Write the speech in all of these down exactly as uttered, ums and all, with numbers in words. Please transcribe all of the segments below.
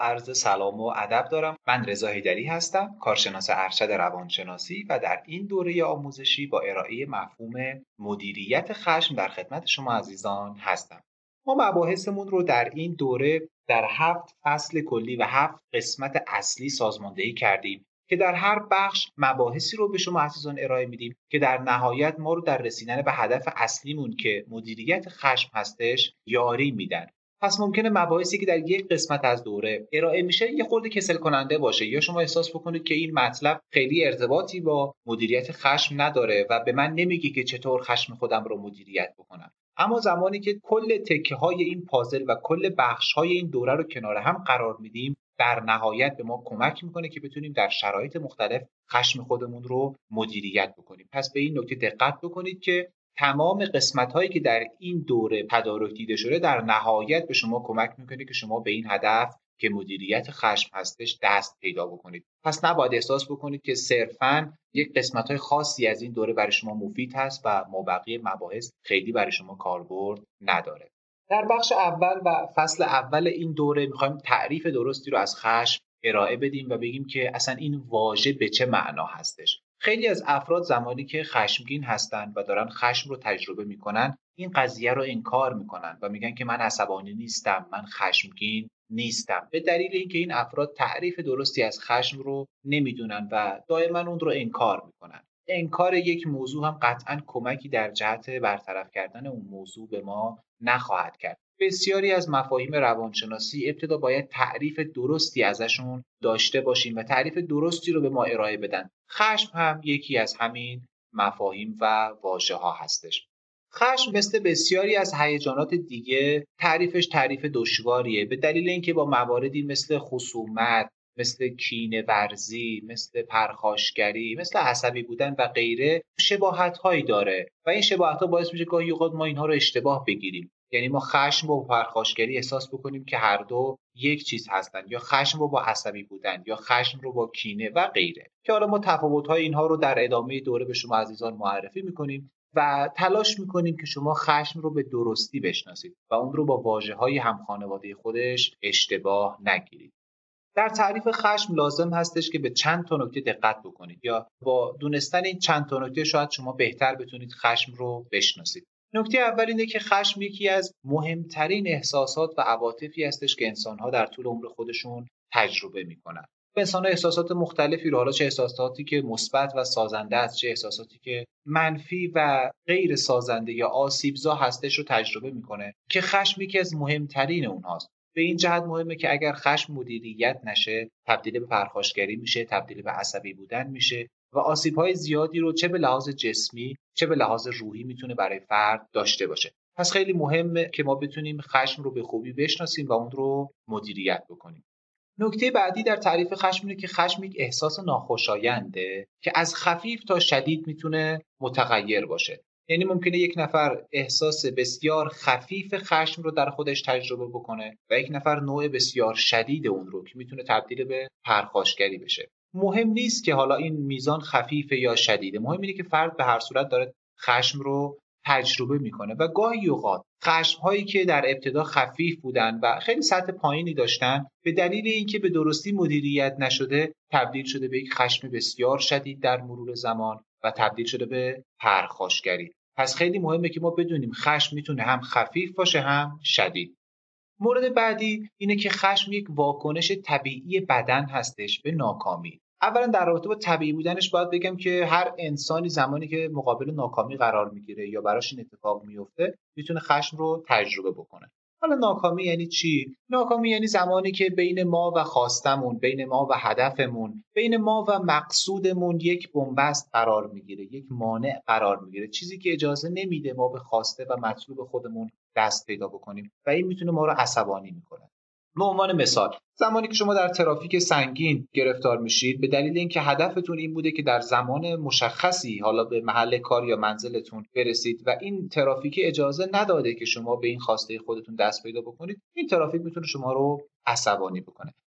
عرض سلام و ادب دارم. من رضا حیدری هستم، کارشناس ارشد روانشناسی و در این دوره آموزشی با ارائه مفهوم مدیریت خشم در خدمت شما عزیزان هستم. ما مباحثمون رو در این دوره در هفت فصل کلی و هفت قسمت اصلی سازماندهی کردیم که در هر بخش مباحثی رو به شما عزیزان ارائه میدیم که در نهایت ما رو در رسیدن به هدف اصلیمون که مدیریت خشم هستش یاری میدن. پس ممکنه مباحثی که در یک قسمت از دوره ارائه میشه یه خورده کسل کننده باشه، یا شما احساس بکنید که این مطلب خیلی ارتباطی با مدیریت خشم نداره و به من نمیگه که چطور خشم خودم رو مدیریت بکنم. اما زمانی که کل تکه های این پازل و کل بخش های این دوره رو کنار هم قرار میدیم، در نهایت به ما کمک میکنه که بتونیم در شرایط مختلف خشم خودمون رو مدیریت بکنیم. پس به این نکته دقت بکنید که تمام قسمت‌هایی که در این دوره تدارک دیده شده در نهایت به شما کمک میکنه که شما به این هدف که مدیریت خشم هستش دست پیدا بکنید. پس نباید احساس بکنید که صرفاً یک قسمت‌های خاصی از این دوره برای شما مفید هست و مابقی مباحث خیلی برای شما کاربرد نداره. در بخش اول و فصل اول این دوره می‌خوایم تعریف درستی رو از خشم ارائه بدیم و بگیم که اصلا این واژه به چه معنا هستش. خیلی از افراد زمانی که خشمگین هستن و دارن خشم رو تجربه میکنن این قضیه رو انکار میکنن و میگن که من عصبانی نیستم، من خشمگین نیستم، به دلیل اینکه این افراد تعریف درستی از خشم رو نمیدونن و دائما اون رو انکار میکنن. انکار یک موضوع هم قطعا کمکی در جهت برطرف کردن اون موضوع به ما نخواهد کرد. بسیاری از مفاهیم روانشناسی ابتدا باید تعریف درستی ازشون داشته باشیم و تعریف درستی رو به ما ارائه بدن. خشم هم یکی از همین مفاهیم و واژه‌ها هستش. خشم مثل بسیاری از هیجانات دیگه تعریفش تعریف دشواریه، به دلیل اینکه با مواردی مثل خصومت، مثل کینه ورزی، مثل پرخاشگری، مثل عصبی بودن و غیره شباهت‌هایی داره و این شباهت‌ها باعث میشه گاهی اوقات ما اینها رو اشتباه بگیریم. یعنی ما خشم و پرخاشگری احساس بکنیم که هر دو یک چیز هستن، یا خشم رو با عصبی بودن یا خشم رو با کینه و غیره، که حالا ما تفاوت‌های اینها رو در ادامه دوره به شما عزیزان معرفی می‌کنیم و تلاش می‌کنیم که شما خشم رو به درستی بشناسید و اون رو با واژه‌های همخانواده خودش اشتباه نگیرید. در تعریف خشم لازم هستش که به چند تا نکته دقت بکنید، یا با دونستن این چند تا نکته شاید شما بهتر بتونید خشم رو بشناسید. نکته اول اینه که خشم یکی از مهمترین احساسات و عواطفی هستش که انسان‌ها در طول عمر خودشون تجربه می‌کنن. انسان‌ها احساسات مختلفی رو، حالا چه احساساتی که مثبت و سازنده است، چه احساساتی که منفی و غیر سازنده یا آسیبزا هستش رو تجربه می‌کنه که خشم یکی از مهمترین اونهاست. به این جهت مهمه که اگر خشم مدیریت نشه تبدیل به پرخاشگری میشه، تبدیل به عصبی بودن میشه و آسیب‌های زیادی رو چه به لحاظ جسمی چه به لحاظ روحی میتونه برای فرد داشته باشه. پس خیلی مهمه که ما بتونیم خشم رو به خوبی بشناسیم و اون رو مدیریت بکنیم. نکته بعدی در تعریف خشم اینه که خشم یک احساس ناخوشاینده که از خفیف تا شدید میتونه متغیر باشه. یعنی ممکنه یک نفر احساس بسیار خفیف خشم رو در خودش تجربه بکنه و یک نفر نوع بسیار شدید اون رو که میتونه تبدیل به پرخاشگری بشه. مهم نیست که حالا این میزان خفیفه یا شدیده، مهم اینه که فرد به هر صورت داره خشم رو تجربه میکنه و گاهی اوقات خشم هایی که در ابتدا خفیف بودن و خیلی سطح پایینی داشتن به دلیل اینکه به درستی مدیریت نشده تبدیل شده به یک خشم بسیار شدید در مرور زمان و تبدیل شده به پرخاشگری. پس خیلی مهمه که ما بدونیم خشم میتونه هم خفیف باشه هم شدید. مورد بعدی اینه که خشم یک واکنش طبیعی بدن هستش به ناکامی. اولا در رابطه با طبیعی بودنش باید بگم که هر انسانی زمانی که مقابل ناکامی قرار میگیره یا براش این اتفاق میفته میتونه خشم رو تجربه بکنه. حالا ناکامی یعنی چی؟ ناکامی یعنی زمانی که بین ما و خواستمون، بین ما و هدفمون، بین ما و مقصودمون یک بنبست قرار میگیره، یک مانع قرار میگیره، چیزی که اجازه نمیده ما به خواسته و مطلوب خودمون دست پیدا بکنیم و این میتونه ما رو عصبانی میکنه. به عنوان مثال زمانی که شما در ترافیک سنگین گرفتار میشید به دلیل اینکه هدفتون این بوده که در زمان مشخصی حالا به محل کار یا منزلتون برسید و این ترافیک اجازه نداده که شما به این خواسته خودتون دست پیدا بکنید، این ترافیک میتونه شما رو عصبانی بکنه.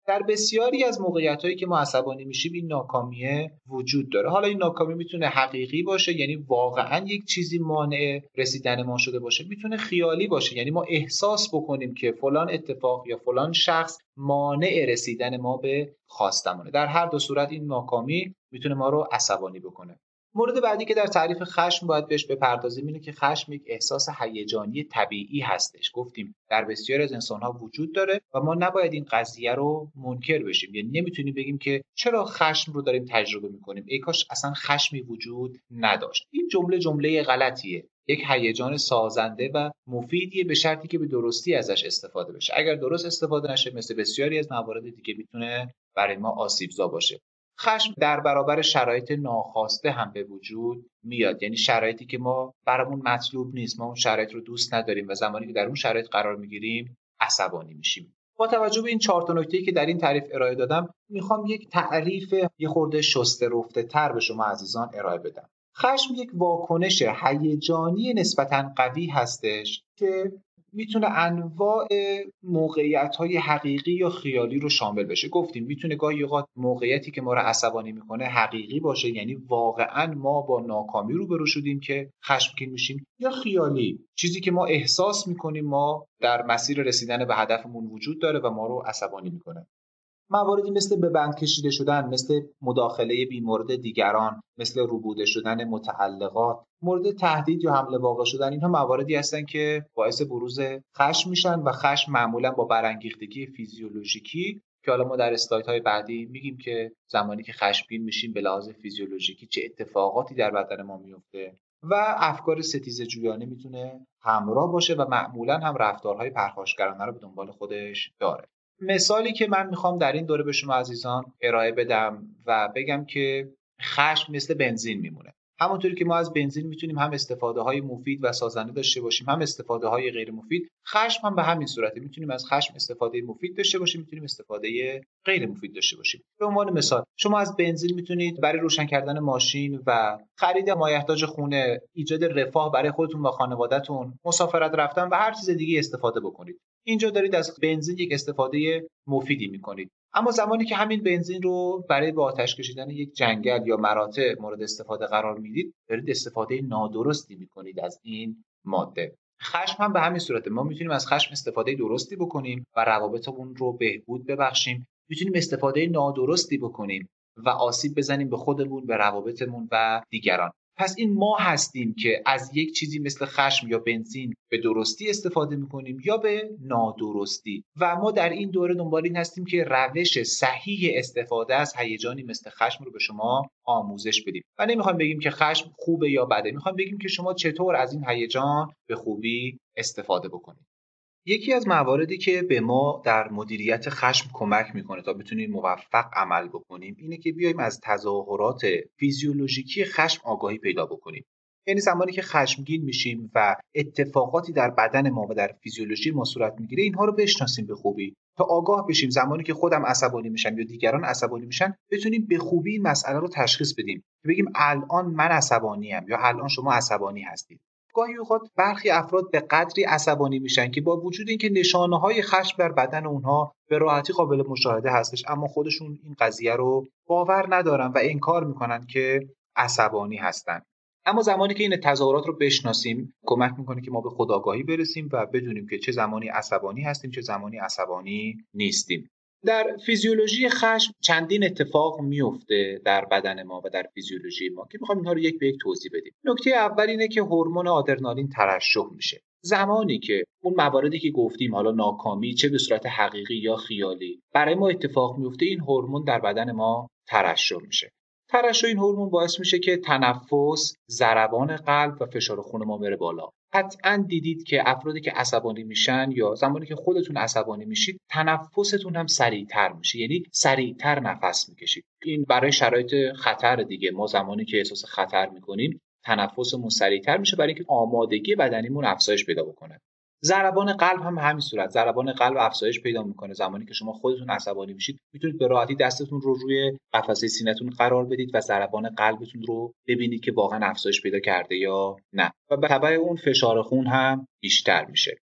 در بسیاری از موقعیت‌هایی که ما عصبانی میشیم این ناکامیه وجود داره. حالا این ناکامی میتونه حقیقی باشه، یعنی واقعا یک چیزی مانع رسیدن ما شده باشه، میتونه خیالی باشه، یعنی ما احساس بکنیم که فلان اتفاق یا فلان شخص مانع رسیدن ما به خواستمونه. در هر دو صورت این ناکامی میتونه ما رو عصبانی بکنه. مورد بعدی که در تعریف خشم باید بهش بپردازیم اینه که خشم یک احساس هیجانی طبیعی هستش. گفتیم در بسیاری از انسان‌ها وجود داره و ما نباید این قضیه رو منکر بشیم، یعنی نمیتونیم بگیم که چرا خشم رو داریم تجربه میکنیم، ای کاش اصلا خشمی وجود نداشت. این جمله جمله غلطیه. یک هیجان سازنده و مفیدیه به شرطی که به درستی ازش استفاده بشه. اگر درست استفاده نشه مثل بسیاری از موارد دیگه میتونه برای ما آسیبزا باشه. خشم در برابر شرایط ناخواسته هم به وجود میاد، یعنی شرایطی که ما برامون مطلوب نیست، ما اون شرایط رو دوست نداریم و زمانی که در اون شرایط قرار میگیریم عصبانی میشیم. با توجه به این چهار تا نکته‌ای که در این تعریف ارائه دادم، میخوام یک تعریف یه خورده شسته رفته تر به شما عزیزان ارائه بدم. خشم یک واکنش هیجانی نسبتاً قوی هستش که میتونه انواع موقعیت‌های حقیقی یا خیالی رو شامل بشه. گفتیم میتونه گاهی اوقات موقعیتی که ما رو عصبانی میکنه حقیقی باشه، یعنی واقعاً ما با ناکامی روبرو شدیم که خشمگین میشیم، یا خیالی، چیزی که ما احساس میکنیم ما در مسیر رسیدن به هدفمون وجود داره و ما رو عصبانی میکنه. مواردی مثل به بند کشیده شدن، مثل مداخله بی‌مورد دیگران، مثل ربوده شدن متعلقات، مورد تهدید یا حمله واقع شدن، اینها مواردی هستن که باعث بروز خشم میشن و خشم معمولا با برانگیختگی فیزیولوژیکی که حالا ما در اسلایدهای بعدی میگیم که زمانی که خشمگین میشیم به لحاظ فیزیولوژیکی چه اتفاقاتی در بدن ما میفته و افکار ستیزه جویانه میتونه همراه باشه و معمولا هم رفتارهای پرخاشگرانه رو به دنبال خودش داره. مثالی که من میخوام در این دوره به شما عزیزان ارائه بدم و بگم که خشم مثل بنزین میمونه. همونطوری که ما از بنزین میتونیم هم استفاده های مفید و سازنده داشته باشیم، هم استفاده های غیر مفید، خشم هم به همین صورته. میتونیم از خشم استفاده مفید داشته باشیم، میتونیم استفاده غیر مفید داشته باشیم. به عنوان مثال شما از بنزین میتونید برای روشن کردن ماشین و خرید مایحتاج خونه، ایجاد رفاه برای خودتون و خانواده‌تون، مسافرت رفتن و هر چیز دیگه استفاده بکنید. اینجا دارید از بنزین یک استفاده مفیدی میکنید. اما زمانی که همین بنزین رو برای به آتش کشیدن یک جنگل یا مراتع مورد استفاده قرار میدید، دارید استفاده نادرستی میکنید از این ماده. خشم هم به همین صورته. ما میتونیم از خشم استفاده درستی بکنیم و روابطمون رو بهبود ببخشیم، میتونیم استفاده نادرستی بکنیم و آسیب بزنیم به خودمون، به روابطمون و دیگران. پس این ما هستیم که از یک چیزی مثل خشم یا بنزین به درستی استفاده میکنیم یا به نادرستی و ما در این دوره دنبال این هستیم که روش صحیح استفاده از هیجانی مثل خشم رو به شما آموزش بدیم و نمیخوایم بگیم که خشم خوبه یا بده، میخوایم بگیم که شما چطور از این هیجان به خوبی استفاده بکنید. یکی از مواردی که به ما در مدیریت خشم کمک میکنه تا بتونیم موفق عمل بکنیم اینه که بیایم از تظاهرات فیزیولوژیکی خشم آگاهی پیدا بکنیم. یعنی زمانی که خشمگین میشیم و اتفاقاتی در بدن ما و در فیزیولوژی ما صورت میگیره، اینها رو بشناسیم به خوبی تا آگاه بشیم. زمانی که خودم عصبانی میشم یا دیگران عصبانی میشن، بتونیم به خوبی این مسئله رو تشخیص بدیم که بگیم الان من عصبانی ام یا الان شما عصبانی هستید. گاهی اوقات برخی افراد به قدری عصبانی میشن که با وجود اینکه نشانه‌های خشم در بدن اونها به راحتی قابل مشاهده هستش، اما خودشون این قضیه رو باور ندارن و انکار میکنن که عصبانی هستن. اما زمانی که این تظاهرات رو بشناسیم، کمک میکنه که ما به خودآگاهی برسیم و بدونیم که چه زمانی عصبانی هستیم، چه زمانی عصبانی نیستیم. در فیزیولوژی خشم چندین اتفاق میفته در بدن ما و در فیزیولوژی ما که میخوام اینها رو یک به یک توضیح بدیم. نکته اول اینه که هورمون آدرنالین ترشح میشه. زمانی که اون مواردی که گفتیم، حالا ناکامی چه به صورت حقیقی یا خیالی، برای ما اتفاق میفته، این هورمون در بدن ما ترشح میشه. ترشح این هورمون باعث میشه که تنفس، ضربان قلب و فشار خون ما بره بالا. قطعاً دیدید که افرادی که عصبانی میشن یا زمانی که خودتون عصبانی میشید، تنفستون هم سریعتر میشه، یعنی سریعتر نفس میکشید. این برای شرایط خطر دیگه. ما زمانی که احساس خطر میکنیم، تنفسمون سریعتر میشه برای اینکه آمادگی بدنیمون افزایش پیدا بکنه. ضربان قلب هم همین صورت. ضربان قلب افزایش پیدا میکنه زمانی که شما خودتون عصبانی میشید. میتونید به راحتی دستتون رو روی قفسه سینه‌تون قرار بدید و ضربان قلبتون رو ببینید که واقعا افزایش پیدا کرده یا نه. و به تبع اون فشار خون هم بیشتر میشه.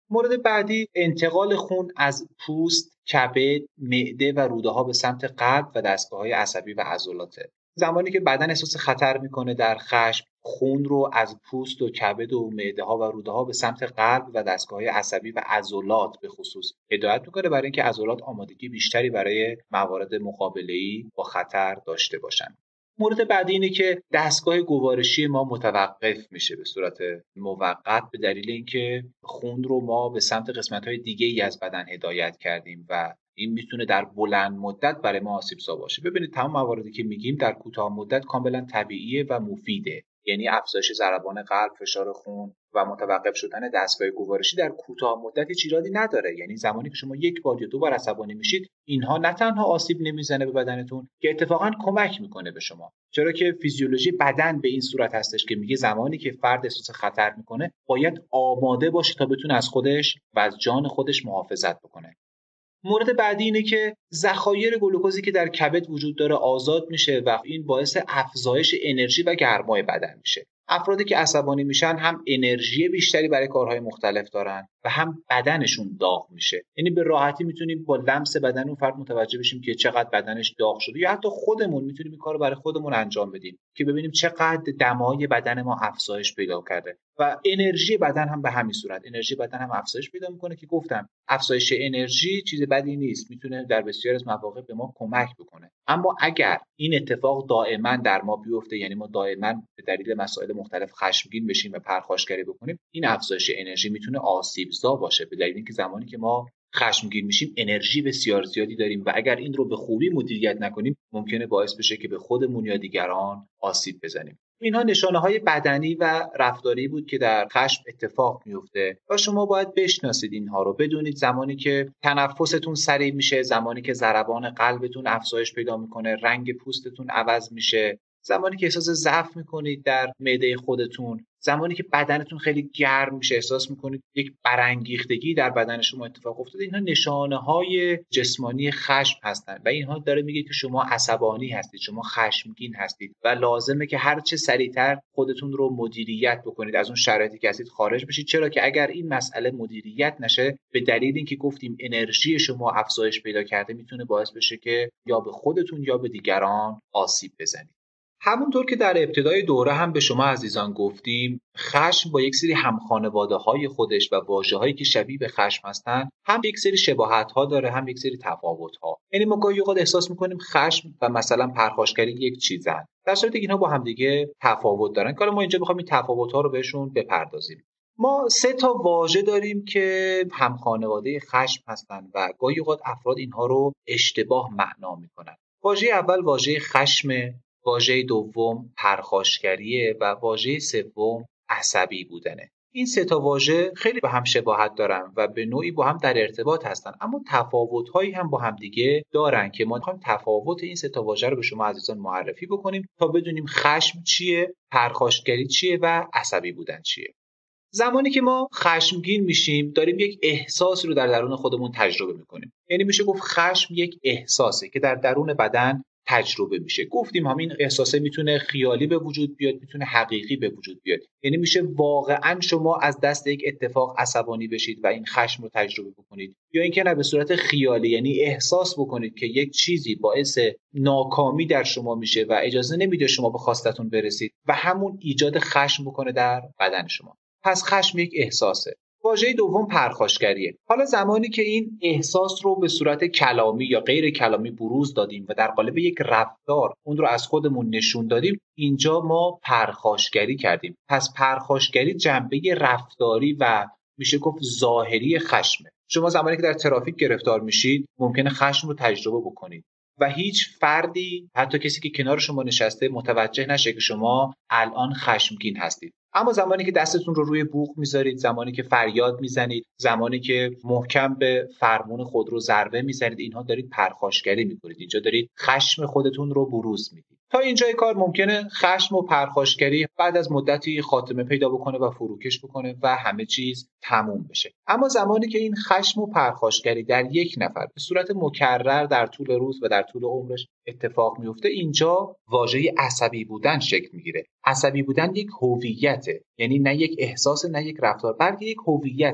مورد بعدی انتقال خون از پوست، کبد، معده و روده ها به سمت قلب و دستگاه های عصبی و عضلاته. زمانی که بدن احساس خطر میکنه در خشم، خون رو از پوست و کبد و معده ها و روده ها به سمت قلب و دستگاه های عصبی و عضلات به خصوص هدایت میکنه، برای اینکه عضلات آمادگی بیشتری برای موارد مقابله‌ای با خطر داشته باشن. مورد بعدی اینه که دستگاه گوارشی ما متوقف میشه به صورت موقت به دلیل اینکه خون رو ما به سمت قسمت‌های دیگه‌ای از بدن هدایت کردیم و این میتونه در بلند مدت برای ما آسیب‌زا باشه. ببینید تمام مواردی که میگیم در کوتاه مدت کاملا طبیعیه و مفیده، یعنی افزایش ضربان قلب، فشار خون و متوقف شدن دستگاه گوارشی در کوتاه مدت هیچ ایرادی نداره. یعنی زمانی که شما یک بار یا دو بار عصبانی میشید، اینها نه تنها آسیب نمیزنه به بدنتون که اتفاقا کمک میکنه به شما، چرا که فیزیولوژی بدن به این صورت هستش که میگه زمانی که فرد احساس خطر میکنه باید آماده باشه تا بتونه از خودش و از جان خودش محافظت بکنه. مورد بعدی اینه که ذخایر گلوکوزی که در کبد وجود داره آزاد میشه و این باعث افزایش انرژی و گرمای بدن میشه. افرادی که عصبانی میشن هم انرژی بیشتری برای کارهای مختلف دارن و هم بدنشون داغ میشه. یعنی به راحتی میتونیم با لمس بدن اون فرد متوجه بشیم که چقدر بدنش داغ شده، یا حتی خودمون میتونیم این کارو برای خودمون انجام بدیم که ببینیم چقدر دمای بدن ما افزایش پیدا کرده. و انرژی بدن هم به همین صورت، انرژی بدن هم افزایش پیدا میکنه که گفتم افزایش انرژی چیز بدی نیست، میتونه در بسیار از مواقع به ما کمک بکنه. اما اگر این اتفاق دائما در ما بیفته، یعنی ما دائما به دلیل مسائل مختلف خشمگین بشیم و پرخاشگری بکنیم، این افزایش انرژی میتونه آسیبزا باشه، به دلیل اینکه زمانی که ما خشمگین میشیم انرژی بسیار زیادی داریم و اگر این رو به خوبی مدیریت نکنیم ممکنه باعث بشه که به خودمون یا دیگران آسیب بزنیم. اینها نشانه‌های بدنی و رفتاری بود که در خشم اتفاق میفته و شما باید بشناسید اینها رو. بدونید زمانی که تنفستون سریع میشه، زمانی که ضربان قلبتون افزایش پیدا میکنه، رنگ پوستتون عوض میشه، زمانی که احساس ضعف میکنید در معده خودتون، زمانی که بدنتون خیلی گرم میشه، احساس میکنید یک برانگیختگی در بدن شما اتفاق افتاده، اینها نشانه‌های جسمانی خشم هستند و اینها داره میگه که شما عصبانی هستید، شما خشمگین هستید و لازمه که هر چه سریعتر خودتون رو مدیریت بکنید، از اون شرایطی که هستید خارج بشید، چرا که اگر این مسئله مدیریت نشه به دلیل اینکه گفتیم انرژی شما افزایش پیدا کرده میتونه باعث بشه که یا به خودتون یا به دیگران آسیب بزنید. همونطور که در ابتدای دوره هم به شما عزیزان گفتیم، خشم با یک سری همخانواده‌های خودش و واژه‌هایی که شبیه به خشم هستن هم یک سری شباهت‌ها داره، هم یک سری تفاوت‌ها. یعنی ما گاهی اوقات احساس می‌کنیم خشم و مثلا پرخاشگری یک چیزن، در صورتی که اینها با هم دیگه تفاوت دارن. حالا ما اینجا می‌خوایم این تفاوت‌ها رو بهشون بپردازیم. ما سه تا واژه داریم که هم خانواده خشم هستن و گاهی اوقات افراد اینها رو اشتباه معنا می‌کنن. واژه اول واژه خشم، واژه دوم پرخاشگریه و واژه سوم عصبی بودنه. این سه تا واژه خیلی به هم شباهت دارن و به نوعی با هم در ارتباط هستن، اما تفاوت‌هایی هم با هم دیگه دارن که ما می‌خوایم تفاوت این سه تا واژه رو به شما عزیزان معرفی بکنیم تا بدونیم خشم چیه، پرخاشگری چیه و عصبی بودن چیه. زمانی که ما خشمگین میشیم داریم یک احساس رو در درون خودمون تجربه میکنیم. یعنی میشه گفت خشم یک احساسه که در درون بدن تجربه میشه. گفتیم همین احساسه میتونه خیالی به وجود بیاد، میتونه حقیقی به وجود بیاد. یعنی میشه واقعا شما از دست یک اتفاق عصبانی بشید و این خشم رو تجربه بکنید، یا اینکه نه به صورت خیالی، یعنی احساس بکنید که یک چیزی باعث ناکامی در شما میشه و اجازه نمیده شما به خواستتون برسید و همون ایجاد خشم بکنه در بدن شما. پس خشم یک احساسه. واژه دوم پرخاشگریه. حالا زمانی که این احساس رو به صورت کلامی یا غیر کلامی بروز دادیم و در قالب یک رفتار اون رو از خودمون نشون دادیم، اینجا ما پرخاشگری کردیم. پس پرخاشگری جنبه رفتاری و میشه گفت ظاهری خشمه. شما زمانی که در ترافیک گرفتار میشید ممکنه خشم رو تجربه بکنید و هیچ فردی، حتی کسی که کنار شما نشسته، متوجه نشه که شما الان خشمگین هستید. اما زمانی که دستتون رو روی بوق میذارید، زمانی که فریاد میزنید، زمانی که محکم به فرمون خودرو ضربه میزنید، اینها دارید پرخاشگری میکنید. اینجا دارید خشم خودتون رو بروز میدید. تا اینجای کار ممکنه خشم و پرخاشگری بعد از مدتی خاتمه پیدا بکنه و فروکش بکنه و همه چیز تموم بشه. اما زمانی که این خشم و پرخاشگری در یک نفر به صورت مکرر در طول روز و در طول عمرش اتفاق میفته، اینجا واژه عصبی بودن شکل میگیره. عصبی بودن یک هویته، یعنی نه یک احساس نه یک رفتار، بلکه یک هویته.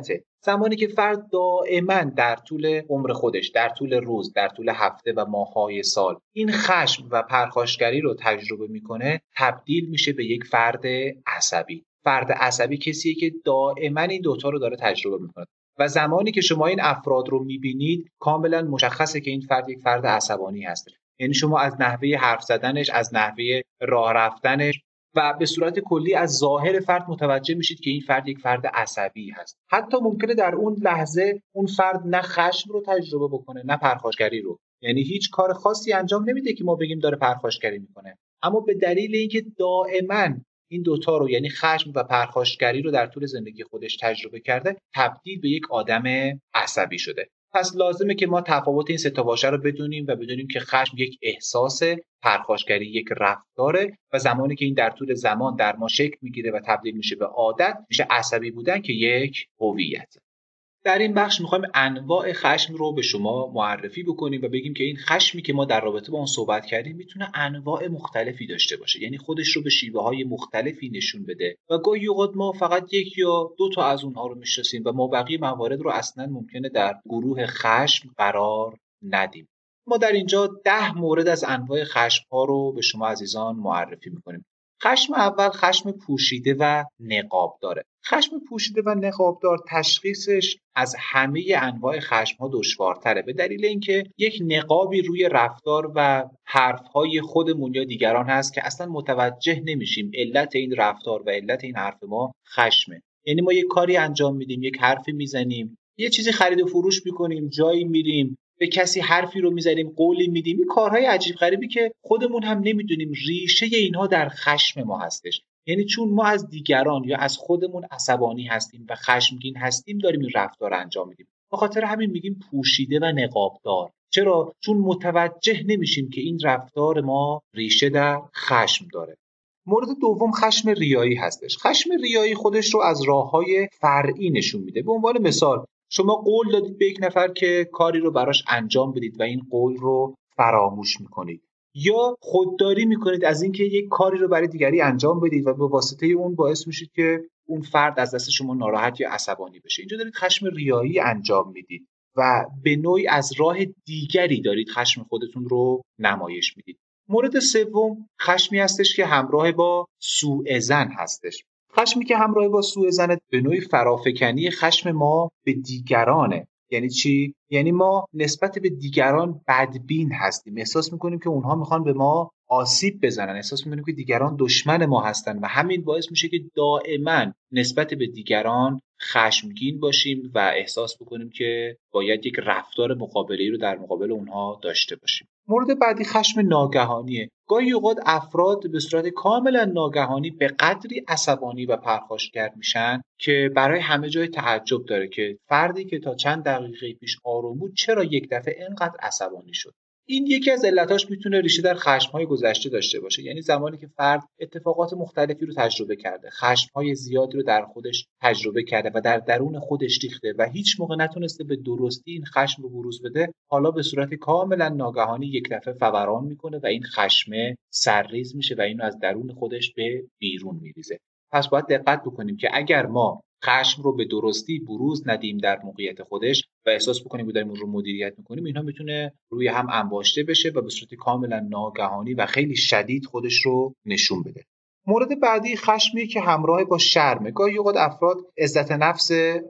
زمانی که فرد دائما در طول عمر خودش، در طول روز، در طول هفته و ماه‌های سال این خشم و پرخاشگری رو تجربه میکنه، تبدیل میشه به یک فرد عصبی. فرد عصبی کسیه که دائما این دوتا رو داره تجربه میکنه و زمانی که شما این افراد رو میبینید کاملا مشخصه که این فرد یک فرد عصبانی هست. یعنی شما از نحوه حرف زدنش، از نحوه راه رفتنش و به صورت کلی از ظاهر فرد متوجه میشید که این فرد یک فرد عصبی هست. حتی ممکنه در اون لحظه اون فرد نه خشم رو تجربه بکنه نه پرخاشگری رو، یعنی هیچ کار خاصی انجام نمیده که ما بگیم داره پرخاشگری میکنه، اما به دلیل اینکه دائما این دوتا رو یعنی خشم و پرخاشگری رو در طول زندگی خودش تجربه کرده، تبدیل به یک آدم عصبی شده. پس لازمه که ما تفاوت این سه تا واژه رو بدونیم و بدونیم که خشم یک احساسه، پرخاشگری یک رفتاره و زمانی که این در طول زمان در ما شکل میگیره و تبدیل میشه به عادت، میشه عصبی بودن که یک هویت. در این بخش میخوایم انواع خشم رو به شما معرفی بکنیم و بگیم که این خشمی که ما در رابطه با اون صحبت کردیم میتونه انواع مختلفی داشته باشه، یعنی خودش رو به شیوه‌های مختلفی نشون بده و گاهی اوقات ما فقط یک یا دو تا از اونها رو میشناسیم و ما بقیه موارد رو اصلا ممکنه در گروه خشم قرار ندیم. ما در اینجا ده مورد از انواع خشم‌ها رو به شما عزیزان معرفی میکنیم. خشم اول خشم پوشیده و نقاب داره. خشم پوشیده و نقابدار تشخیصش از همه انواع خشم‌ها دشوارتره، به دلیل اینکه یک نقابی روی رفتار و حرف‌های خودمون یا دیگران هست که اصلا متوجه نمیشیم علت این رفتار و علت این حرف ما خشمه. یعنی ما یک کاری انجام میدیم، یک حرفی میزنیم، یه چیزی خرید و فروش میکنیم، جایی میریم، به کسی حرفی رو میزنیم، قولی میدیم، این کارهای عجیب غریبی که خودمون هم نمیدونیم ریشه اینها در خشم ما هستش. یعنی چون ما از دیگران یا از خودمون عصبانی هستیم و خشمگین هستیم داریم این رفتار انجام میدیم. به خاطر همین میگیم پوشیده و نقابدار. چرا؟ چون متوجه نمیشیم که این رفتار ما ریشه در خشم داره. مورد دوم خشم ریایی هستش. خشم ریایی خودش رو از راه‌های فرعی نشون میده. به عنوان مثال شما قول دادید به یک نفر که کاری رو براش انجام بدید و این قول رو فراموش میکنید، یا خودداری میکنید از اینکه یک کاری رو برای دیگری انجام بدید و به واسطه اون باعث میشید که اون فرد از دست شما ناراحت یا عصبانی بشه. اینجا دارید خشم ریایی انجام میدید و به نوعی از راه دیگری دارید خشم خودتون رو نمایش میدید. مورد سوم خشمی هستش که همراه با سوء ظن هستش. خشمی که همراه با سوء ظن به نوعی فرافکنی خشم ما به دیگرانه. یعنی چی؟ یعنی ما نسبت به دیگران بدبین هستیم، احساس میکنیم که اونها میخوان به ما آسیب بزنن، احساس میکنیم که دیگران دشمن ما هستن و همین باعث میشه که دائما نسبت به دیگران خشمگین باشیم و احساس بکنیم که باید یک رفتار مقابله‌ای رو در مقابل اونها داشته باشیم. مورد بعدی خشم ناگهانیه. گاهی اوقات افراد به صورت کاملا ناگهانی به قدری عصبانی و پرخاشگر میشن که برای همه جای تعجب داره که فردی که تا چند دقیقه پیش آروم بود چرا یک دفعه اینقدر عصبانی شد. این یکی از علتاش میتونه ریشه در خشم‌های گذشته داشته باشه. یعنی زمانی که فرد اتفاقات مختلفی رو تجربه کرده، خشم‌های زیادی رو در خودش تجربه کرده و در درون خودش ریخته و هیچ موقع نتونسته به درستی این خشم رو بروز بده، حالا به صورت کاملا ناگهانی یک دفعه فوران میکنه و این خشم سرریز میشه و اینو از درون خودش به بیرون میریزه. پس باید دقت بکنیم که اگر ما خشم رو به درستی بروز ندیم در موقعیت خودش و احساس بکنیم که داریم اون رو مدیریت میکنیم، اینها میتونه روی هم انباشته بشه و به صورت کاملا ناگهانی و خیلی شدید خودش رو نشون بده. مورد بعدی خشمی که همراه با شرمه. گاهی اوقات افراد عزت نفس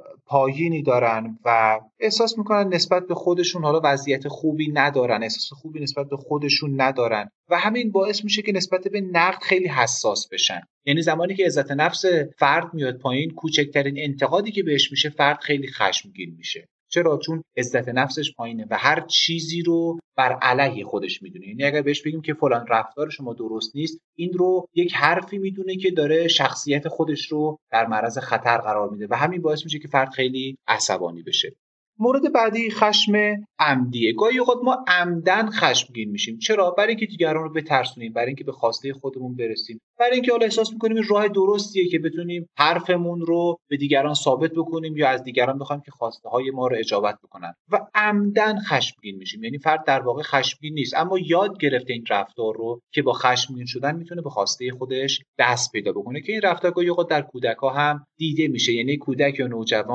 پایینی دارن و احساس میکنن نسبت به خودشون حالا وضعیت خوبی ندارن، احساس خوبی نسبت به خودشون ندارن و همین باعث میشه که نسبت به نقد خیلی حساس بشن. یعنی زمانی که عزت نفس فرد میاد پایین، کوچکترین انتقادی که بهش میشه فرد خیلی خشمگین میشه. چرا؟ چون عزت نفسش پایینه و هر چیزی رو بر علیه خودش میدونه. یعنی اگر بهش بگیم که فلان رفتار شما درست نیست، این رو یک حرفی میدونه که داره شخصیت خودش رو در معرض خطر قرار میده و همین باعث میشه که فرد خیلی عصبانی بشه. مورد بعدی خشم عمدیه. گاهی اوقات ما عمدن خشمگین میشیم. چرا؟ برای اینکه دیگران رو بترسونیم، برای اینکه به خواسته خودمون برسیم، برای اینکه حالا احساس میکنیم این راه درستیه که بتونیم حرفمون رو به دیگران ثابت بکنیم یا از دیگران بخوایم که خواسته های ما رو اجابت بکنن و عمدن خشمگین میشیم. یعنی فرد در واقع خشمگین نیست اما یاد گرفته این رفتار رو که با خشمگین شدن میتونه به خواسته خودش دست پیدا بکنه، که این رفتار گاهی اوقات در کودک‌ها هم دیده میشه. یعنی کودک یا نوجوان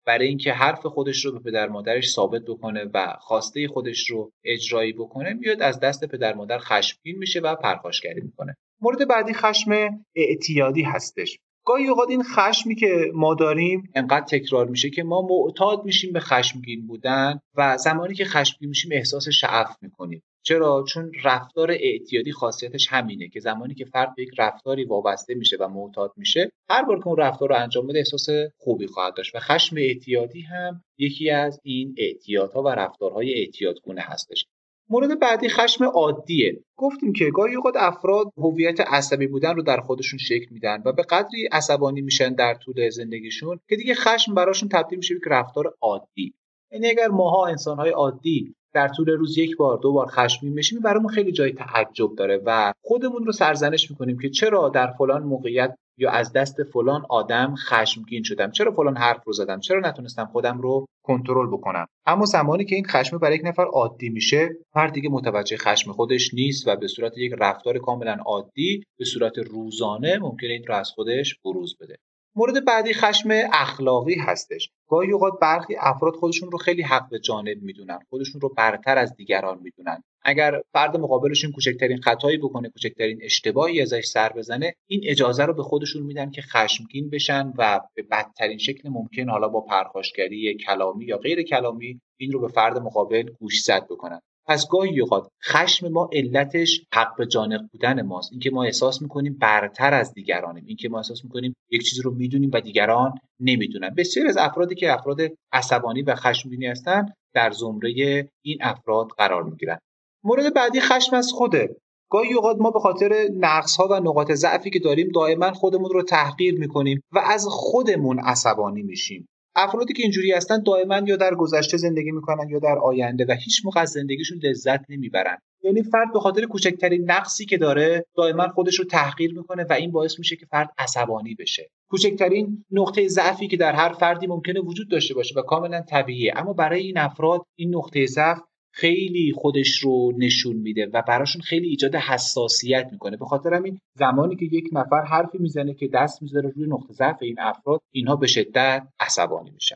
برای اینکه حرف خودش رو به پدر مادرش ثابت بکنه و خواسته خودش رو اجرایی بکنه، میاد از دست پدر مادر خشمگین میشه و پرخاشگری میکنه. مورد بعدی خشم اعتیادی هستش. گاهی اوقات این خشمی که ما داریم انقدر تکرار میشه که ما معتاد میشیم به خشمگین بودن و زمانی که خشمگین میشیم احساس شعف میکنیم. چرا؟ چون رفتار اعتیادی خاصیتش همینه که زمانی که فرد به یک رفتاری وابسته میشه و معتاد میشه، هر بار که اون رفتار رو انجام بده احساس خوبی خواهد داشت و خشم اعتیادی هم یکی از این اعتیادها و رفتارهای اعتیادگونه هستش. مورد بعدی خشم عادیه. گفتیم که گاهی اوقات افراد هویت عصبی بودن رو در خودشون شکل میدن و به قدری عصبانی میشن در طول زندگیشون که دیگه خشم براشون تبدیل میشه به رفتار عادی. یعنی اگر ماها انسان‌های عادی در طول روز یک بار دو بار خشمگین بشیم، برامون خیلی جای تعجب داره و خودمون رو سرزنش میکنیم که چرا در فلان موقعیت یا از دست فلان آدم خشمگین شدم، چرا فلان حرف رو زدم، چرا نتونستم خودم رو کنترل بکنم. اما زمانی که این خشم برای یک نفر عادی میشه، فرد دیگه متوجه خشم خودش نیست و به صورت یک رفتار کاملا عادی به صورت روزانه ممکنه این رو از خودش بروز بده. مورد بعدی خشم اخلاقی هستش. گاهی اوقات برخی افراد خودشون رو خیلی حق به جانب میدونن، خودشون رو برتر از دیگران میدونن. اگر فرد مقابلشون کوچکترین خطایی بکنه، کوچکترین اشتباهی ازش سر بزنه، این اجازه رو به خودشون میدن که خشمگین بشن و به بدترین شکل ممکن، حالا با پرخاشگری کلامی یا غیر کلامی، این رو به فرد مقابل گوشزد بکنن. پس گاهی اوقات خشم ما علتش حق به جانب بودن ماست، اینکه ما احساس میکنیم برتر از دیگرانیم، اینکه ما احساس میکنیم یک چیزی رو میدونیم و دیگران نمیدونن. بسیار از افرادی که افراد عصبانی و خشمگینی هستن در زمره این افراد قرار میگیرن. مورد بعدی خشم از خوده. گاهی اوقات ما به خاطر نقص‌ها و نقاط ضعفی که داریم دائما خودمون رو تحقیر میکنیم و از خودمون عصبانی میشیم. افرادی که اینجوری هستن دائما یا در گذشته زندگی میکنن یا در آینده و هیچ موقع از زندگیشون لذت نمیبرن. یعنی فرد به خاطر کوچکترین نقصی که داره دائما خودش رو تحقیر میکنه و این باعث میشه که فرد عصبانی بشه. کوچکترین نقطه ضعفی که در هر فردی ممکنه وجود داشته باشه و کاملا طبیعیه، اما برای این افراد این نقطه ضعف خیلی خودش رو نشون میده و براشون خیلی ایجاد حساسیت میکنه. به خاطر همین زمانی که یک نفر حرفی میزنه که دست میذاره روی نقطه ضعف این افراد، اینها به شدت عصبانی میشن.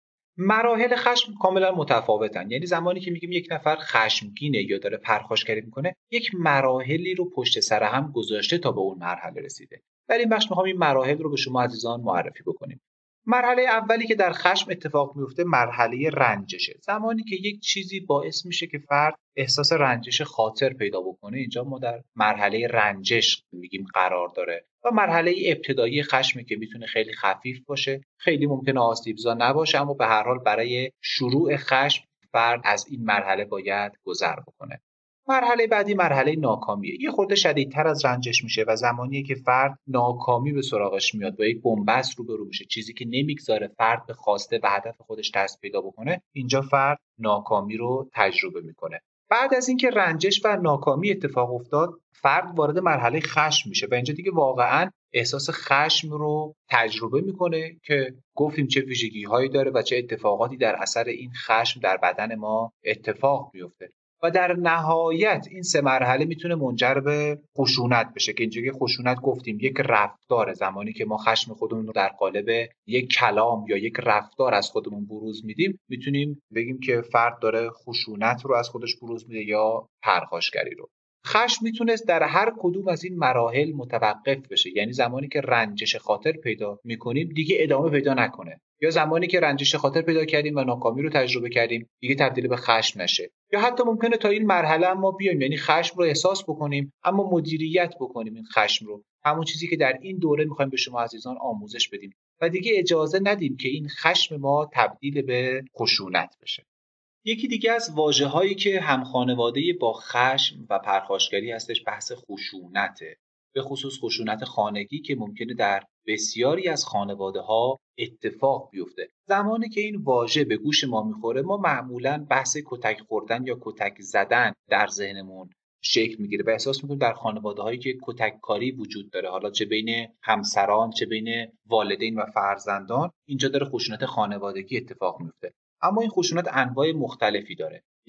مراحل خشم کاملا متفاوتن. یعنی زمانی که میگیم یک نفر خشمگینه یا داره پرخاشگری میکنه، یک مراحلی رو پشت سر هم گذاشته تا به اون مرحله رسیده. در این بخش میخوام این مراحل رو به شما عزیزان معرفی بکنیم. مرحله اولی که در خشم اتفاق میفته مرحله رنجشه. زمانی که یک چیزی باعث میشه که فرد احساس رنجش خاطر پیدا بکنه، اینجا ما در مرحله رنجش میگیم قرار داره. و مرحله ابتدایی خشم که میتونه خیلی خفیف باشه، خیلی ممکنه آسیبزا نباشه، اما به هر حال برای شروع خشم فرد از این مرحله باید گذر بکنه. مرحله بعدی مرحله ناکامیه. یه خورده شدیدتر از رنجش میشه و زمانیه که فرد ناکامی به سراغش میاد، با یک بنبست روبرو میشه، چیزی که نمیگذاره فرد به خواسته و هدف خودش دست پیدا بکنه. اینجا فرد ناکامی رو تجربه میکنه. بعد از اینکه رنجش و ناکامی اتفاق افتاد، فرد وارد مرحله خشم میشه و اینجا دیگه واقعا احساس خشم رو تجربه میکنه که گفتیم چه ویژگی‌هایی داره و چه اتفاقاتی در اثر این خشم در بدن ما اتفاق میفته. و در نهایت این سه مرحله میتونه منجر به خشونت بشه که اینجا خشونت گفتیم یک رفتار. زمانی که ما خشم خودمون رو در قالب یک کلام یا یک رفتار از خودمون بروز میدیم، میتونیم بگیم که فرد داره خشونت رو از خودش بروز میده یا پرخاشگری رو. خشم میتونست در هر کدوم از این مراحل متوقف بشه. یعنی زمانی که رنجش خاطر پیدا میکنیم دیگه ادامه پیدا نکنه، یا زمانی که رنجش خاطر پیدا کردیم و ناکامی رو تجربه کردیم دیگه تبدیل به خشم نشه. یا حتی ممکنه تا این مرحله ما بیایم، یعنی خشم رو احساس بکنیم اما مدیریت بکنیم این خشم رو، همون چیزی که در این دوره میخوایم به شما عزیزان آموزش بدیم و دیگه اجازه ندیم که این خشم ما تبدیل به خشونت بشه. یکی دیگه از واژه‌هایی که هم خانواده با خشم و پرخاشگری هستش بحث خشونته، به خصوص خشونت خانگی که ممکنه در بسیاری از خانواده‌ها اتفاق بیفته. زمانی که این واژه به گوش ما میخوره، ما معمولاً بحث کتک خوردن یا کتک زدن در ذهنمون شکل میگیره و احساس میکنیم در خانواده‌هایی که کتک کاری وجود داره، حالا چه بین همسران چه بین والدین و فرزندان، اینجا داره خشونت خانوادگی اتفاق میفته. اما این خشونت انواع مختلفی داره.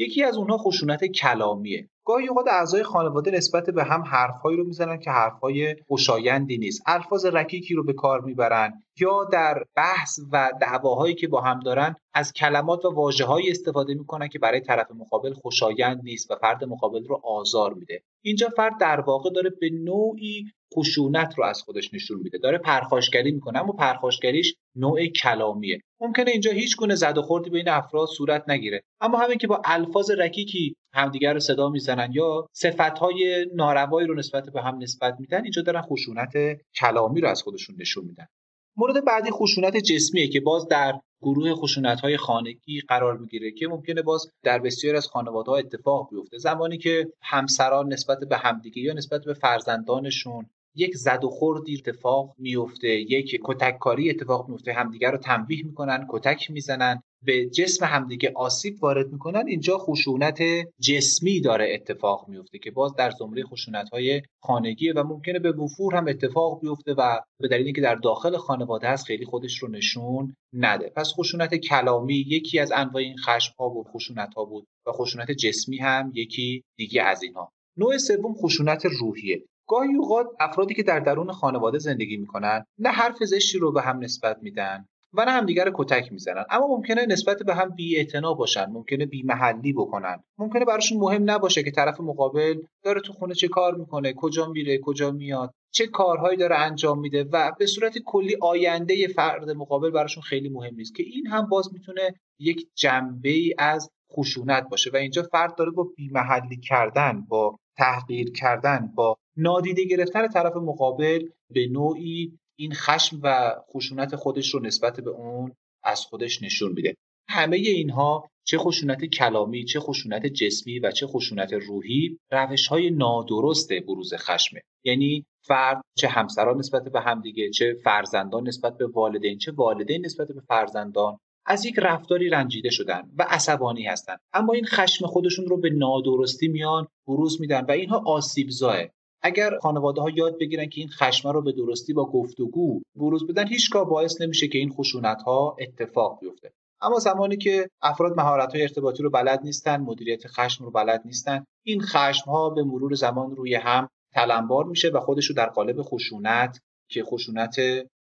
یکی از اونها خشونت کلامیه. گاهی اوقات اعضای خانواده نسبت به هم حرفهایی رو میزنن که حرفهای خوشایندی نیست، الفاظ رکیکی رو به کار میبرن یا در بحث و دعواهایی که با هم دارن از کلمات و واژه‌هایی استفاده میکنن که برای طرف مقابل خوشایند نیست و فرد مقابل رو آزار میده. اینجا فرد در واقع داره به نوعی خشونت رو از خودش نشون میده، داره پرخاشگری میکنه، اما پرخاشگریش نوع کلامیه. ممکنه اینجا هیچ گونه زد و خوردی بین افراد صورت نگیره، اما همین که با الفاظ رکیکی همدیگر رو صدا میزنن یا صفتهای ناروایی رو نسبت به هم نسبت میدن، اینجا دارن خشونت کلامی رو از خودشون نشون میدن. مورد بعدی خشونت جسمیه که باز در گروه خشونت‌های خانگی قرار میگیره که ممکنه باز در بسیاری از خانواده‌ها اتفاق بیفته، زمانی که همسران نسبت به همدیگه یا نسبت به فرزندانشون یک زد و خوردی اتفاق میفته، یک کتککاری اتفاق میفته، همدیگر رو تنبیه میکنن، کتک میزنن، به جسم همدیگه آسیب وارد میکنن، اینجا خشونت جسمی داره اتفاق میفته که باز در زمره خشونت‌های خانگی و ممکنه به وفور هم اتفاق بیفته و به دلیل اینکه در داخل خانواده هست خیلی خودش رو نشون نده. پس خشونت کلامی یکی از انواع این خشم‌ها و خشونت‌ها بود و خشونت جسمی هم یکی دیگه از اینها. نوع سوم خشونت روحیه. گاهی اوقات افرادی که در درون خانواده زندگی میکنن نه حرف زشتی رو به هم نسبت میدن و نه همدیگر رو کتک میزنن، اما ممکنه نسبت به هم بی‌اعتنا باشن، ممکنه بی‌محلی بکنن، ممکنه براشون مهم نباشه که طرف مقابل داره تو خونه چه کار میکنه، کجا میره، کجا میاد، چه کارهایی داره انجام میده و به صورت کلی آینده فرد مقابل براشون خیلی مهم نیست، که این هم باز میتونه یک جنبه‌ای از خشونت باشه و اینجا فرد داره با بی‌محلی کردن، با تحقیر کردن، با نادیده گرفتن طرف مقابل به نوعی این خشم و خشونت خودش رو نسبت به اون از خودش نشون میده. همه اینها، چه خشونت کلامی، چه خشونت جسمی و چه خشونت روحی، روش‌های نادرست بروز خشمه. یعنی فرد، چه همسران نسبت به همدیگه، چه فرزندان نسبت به والدین، چه والدین نسبت به فرزندان، از یک رفتاری رنجیده شدن و عصبانی هستن، اما این خشم خودشون رو به نادرستی میان بروز میدن و اینها آسیبزاه. اگر خانواده‌ها یاد بگیرن که این خشم رو به درستی با گفتگو بروز بدن، هیچگاه باعث نمیشه که این خشونت‌ها اتفاق بیفته. اما زمانی که افراد مهارت‌های ارتباطی رو بلد نیستن، مدیریت خشم رو بلد نیستن، این خشم‌ها به مرور زمان روی هم تلمبار میشه و خودش رو در قالب خشونت که خشونت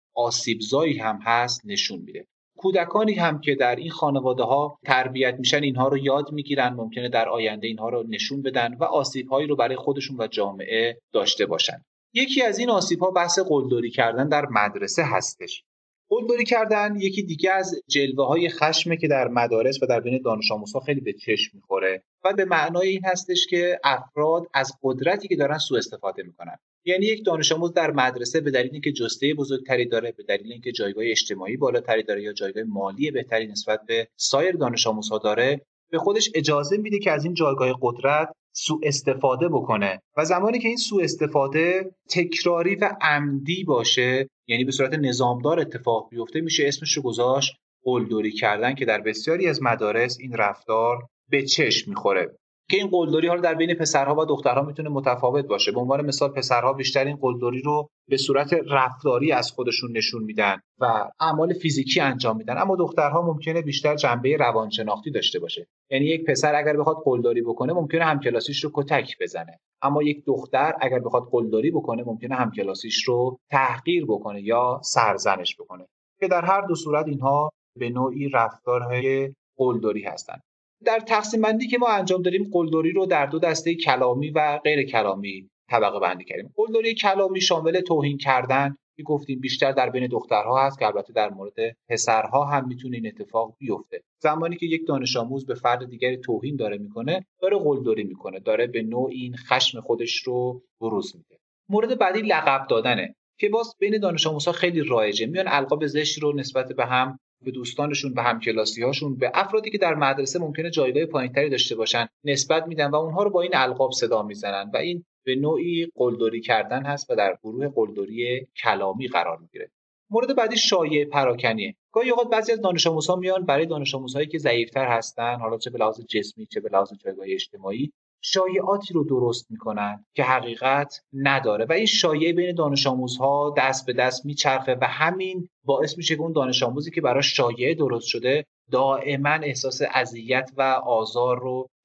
آسیبزایی هم هست نشون میده. کودکانی هم که در این خانواده‌ها تربیت میشن اینها رو یاد میگیرن، ممکنه در آینده اینها رو نشون بدن و آسیب‌هایی رو برای خودشون و جامعه داشته باشن. یکی از این آسیب‌ها بحث قلدری کردن در مدرسه هستش. قلدری کردن یکی دیگه از جلوه‌های خشمه که در مدارس و در بین دانش آموزها خیلی به چشم می‌خوره و به معنای این هستش که افراد از قدرتی که دارن سوء استفاده می‌کنن. یعنی یک دانش آموز در مدرسه به دلیل اینکه جسته بزرگتری داره، به دلیل اینکه جایگاه اجتماعی بالاتری داره یا جایگاه مالی بهتری نسبت به سایر دانش آموزها داره، به خودش اجازه میده که از این جایگاه قدرت سوء استفاده بکنه و زمانی که این سوء استفاده تکراری و عمدی باشه، یعنی به صورت نظامدار اتفاق بیفته، میشه اسمش رو گذاشت قلدری کردن که در بسیاری از مدارس این رفتار به چشم میخوره. که این قلدری ها رو در بین پسرها و دخترها میتونه متفاوت باشه. به عنوان مثال پسرها بیشتر این قلدری رو به صورت رفتاری از خودشون نشون میدن و اعمال فیزیکی انجام میدن، اما دخترها ممکنه بیشتر جنبه روانشناختی داشته باشه. یعنی یک پسر اگر بخواد قلدری بکنه ممکنه همکلاسیش رو کتک بزنه، اما یک دختر اگر بخواد قلدری بکنه ممکنه همکلاسیش رو تحقیر بکنه یا سرزنش بکنه، که در هر دو صورت اینها به نوعی رفتارهای قلدری هستند. در تقسیم بندی که ما انجام داریم قلدری رو در دو دسته کلامی و غیر کلامی طبقه بندی کردیم. قلدری کلامی شامل توهین کردن که گفتیم بیشتر در بین دخترها هست، که البته در مورد پسرها هم میتونه این اتفاق بیفته. زمانی که یک دانش آموز به فرد دیگری توهین داره میکنه، داره قلدری میکنه، داره به نوعی این خشم خودش رو بروز میده. مورد بعدی لقب دادنه که باز بین دانش آموزها خیلی رایجه. میان القاب زشت رو نسبت به هم، به دوستانشون، به همکلاسی‌هاشون، به افرادی که در مدرسه ممکنه جایگاه پایینتری داشته باشن نسبت میدن و اونها رو با این القاب صدا میزنن و این به نوعی قلدری کردن هست و در گروه قلدری کلامی قرار میگیره. مورد بعدی شایعه پراکنیه. گاهی اوقات بعضی از دانش آموزها میان برای دانش آموزهایی که ضعیف‌تر هستن، حالا چه به لحاظ جسمی چه به لحاظ جایگاه اجتماعی، شایعاتی رو درست میکنن که حقیقت نداره و این شایعه بین دانش آموزها دست به دست میچرخه و همین باعث میشه که اون دانش آموزی که براش شایعه درست شده دائما احساس اذیت و آزار رو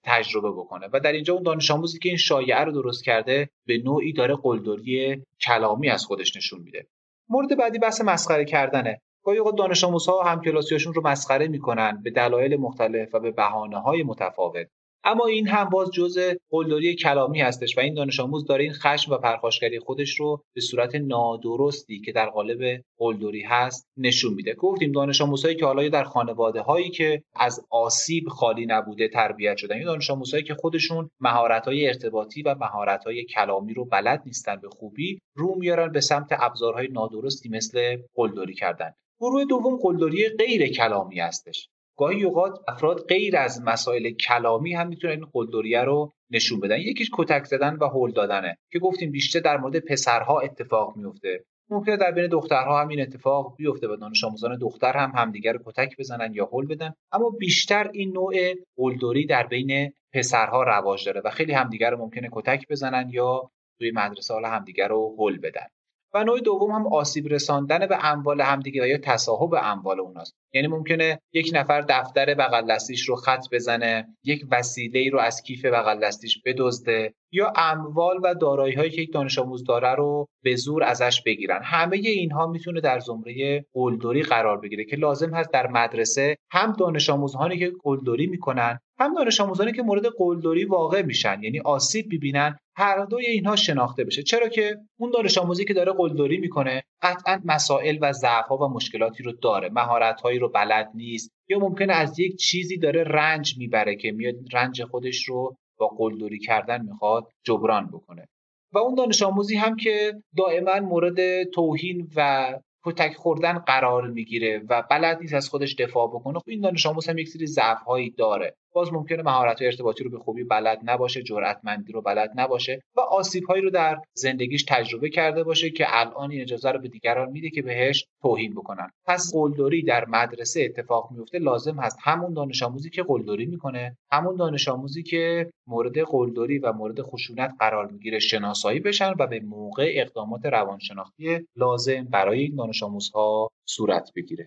تجربه بکنه و در اینجا اون دانش آموزی که این شایعه رو درست کرده به نوعی داره قلدری کلامی از خودش نشون میده. مورد بعدی بحث مسخره کردنه. گاهی اوقات دانش آموزها همکلاسیاشون رو مسخره میکنن به دلایل مختلف و به بهانه‌های متفاوت. اما این هم باز جزء قلدری کلامی هستش و این دانش آموز داره این خشم و پرخاشگری خودش رو به صورت نادرستی که در قالب قلدری هست نشون میده. گفتیم دانش آموزهایی که حالا در خانواده‌هایی که از آسیب خالی نبوده تربیت شدن، این دانش آموزهایی که خودشون مهارت‌های ارتباطی و مهارت‌های کلامی رو بلد نیستن به خوبی، رو میارن به سمت ابزارهای نادرستی مثل قلدری کردن. گروه دوم قلدری غیر کلامی هستش. گاهی اوقات افراد غیر از مسائل کلامی هم میتونن این قلدریه رو نشون بدن. یکیش کتک زدن و هل دادنه که گفتیم بیشتر در مورد پسرها اتفاق میفته. ممکنه در بین دخترها هم این اتفاق بیفته و دانش آموزان دختر هم همدیگر رو کتک بزنن یا هل بدن، اما بیشتر این نوع قلدری در بین پسرها رواج داره و خیلی همدیگر رو ممکنه کتک بزنن یا توی مدرسه حالا همدیگر رو هل بدن. و نوع دوم هم آسیب رساندن به اموال همدیگه یا تصاحب اموال اوناست. یعنی ممکنه یک نفر دفتر بغل دستیش رو خط بزنه، یک وسیله‌ای رو از کیف بغل دستیش بدزده یا اموال و دارایی‌هایی که یک دانش آموز داره رو به زور ازش بگیرن. همه اینها میتونه در زمره قلدری قرار بگیره که لازم هست در مدرسه هم دانش آموزانی که قلدری میکنن هم دانش آموزانی که مورد قلدری واقع میشن، یعنی آسیب ببینن، هر دوی اینها شناخته بشه. چرا که اون دانش آموزی که داره قلدری میکنه قطعاً مسائل و ضعف‌ها و مشکلاتی رو داره، مهارت‌هایی رو بلد نیست یا ممکنه از یک چیزی داره رنج میبره که میاد رنج خودش رو با قلدری کردن میخواد جبران بکنه. و اون دانش آموزی هم که دائما مورد توهین و کتک خوردن قرار میگیره و بلد نیست از خودش دفاع بکنه، خب این دانش آموز هم یک سری ضعف‌هایی داره. باز ممکنه مهارت ارتباطی رو به خوبی بلد نباشه، جرأتمندی رو بلد نباشه و آسیب‌هایی رو در زندگیش تجربه کرده باشه که الان این اجازه رو به دیگران میده که بهش توهین بکنن. پس قلدری در مدرسه اتفاق میفته، لازم هست همون دانش آموزی که قلدری میکنه، همون دانش آموزی که مورد قلدری و مورد خشونت قرار میگیره شناسایی بشن و به موقع اقدامات روانشناختی لازم برای این دانش آموزها صورت بگیره.